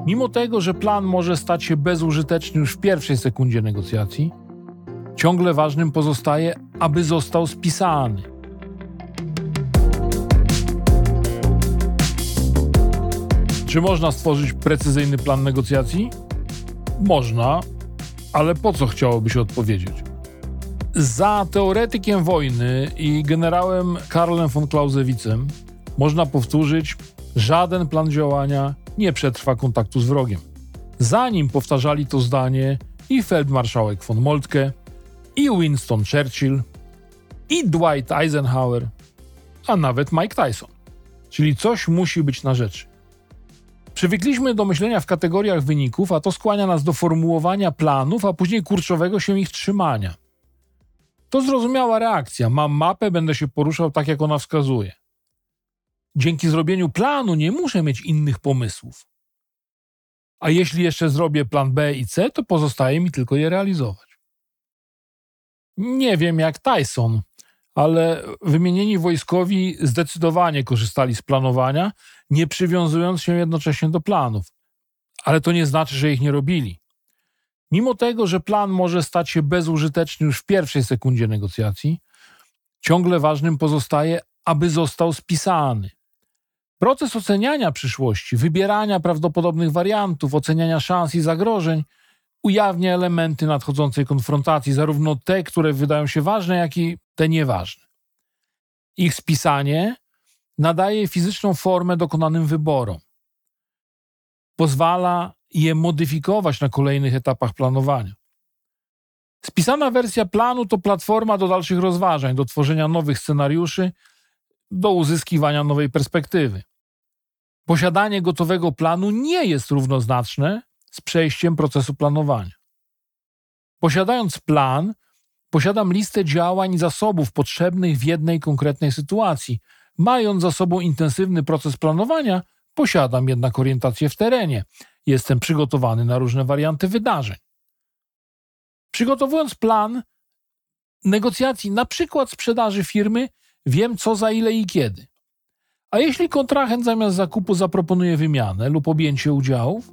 Mimo tego, że plan może stać się bezużyteczny już w pierwszej sekundzie negocjacji, ciągle ważnym pozostaje, aby został spisany. Czy można stworzyć precyzyjny plan negocjacji? Można, ale po co chciałoby się odpowiedzieć? Za teoretykiem wojny i generałem Karlem von Clausewitzem można powtórzyć: żaden plan działania nie przetrwa kontaktu z wrogiem. Za nim powtarzali to zdanie i feldmarszałek von Moltke, i Winston Churchill, i Dwight Eisenhower, a nawet Mike Tyson. Czyli coś musi być na rzeczy. Przywykliśmy do myślenia w kategoriach wyników, a to skłania nas do formułowania planów, a później kurczowego się ich trzymania. To zrozumiała reakcja. Mam mapę, będę się poruszał tak, jak ona wskazuje. Dzięki zrobieniu planu nie muszę mieć innych pomysłów. A jeśli jeszcze zrobię plan B i C, to pozostaje mi tylko je realizować. Nie wiem jak Tyson, ale wymienieni wojskowi zdecydowanie korzystali z planowania, nie przywiązując się jednocześnie do planów. Ale to nie znaczy, że ich nie robili. Mimo tego, że plan może stać się bezużyteczny już w pierwszej sekundzie negocjacji, ciągle ważnym pozostaje, aby został spisany. Proces oceniania przyszłości, wybierania prawdopodobnych wariantów, oceniania szans i zagrożeń ujawnia elementy nadchodzącej konfrontacji, zarówno te, które wydają się ważne, jak i te nieważne. Ich spisanie nadaje fizyczną formę dokonanym wyborom. Pozwala je modyfikować na kolejnych etapach planowania. Spisana wersja planu to platforma do dalszych rozważań, do tworzenia nowych scenariuszy, do uzyskiwania nowej perspektywy. Posiadanie gotowego planu nie jest równoznaczne z przejściem procesu planowania. Posiadając plan, posiadam listę działań i zasobów potrzebnych w jednej konkretnej sytuacji. Mając za sobą intensywny proces planowania, posiadam jednak orientację w terenie. Jestem przygotowany na różne warianty wydarzeń. Przygotowując plan negocjacji, na przykład sprzedaży firmy, wiem co, za ile i kiedy. A jeśli kontrahent zamiast zakupu zaproponuje wymianę lub objęcie udziałów?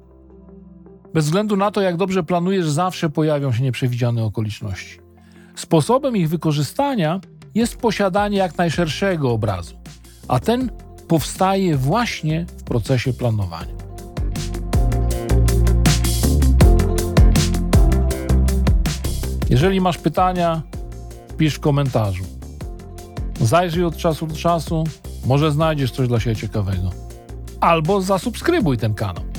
Bez względu na to, jak dobrze planujesz, zawsze pojawią się nieprzewidziane okoliczności. Sposobem ich wykorzystania jest posiadanie jak najszerszego obrazu, a ten powstaje właśnie w procesie planowania. Jeżeli masz pytania, pisz w komentarzu. Zajrzyj od czasu do czasu, może znajdziesz coś dla siebie ciekawego. Albo zasubskrybuj ten kanał.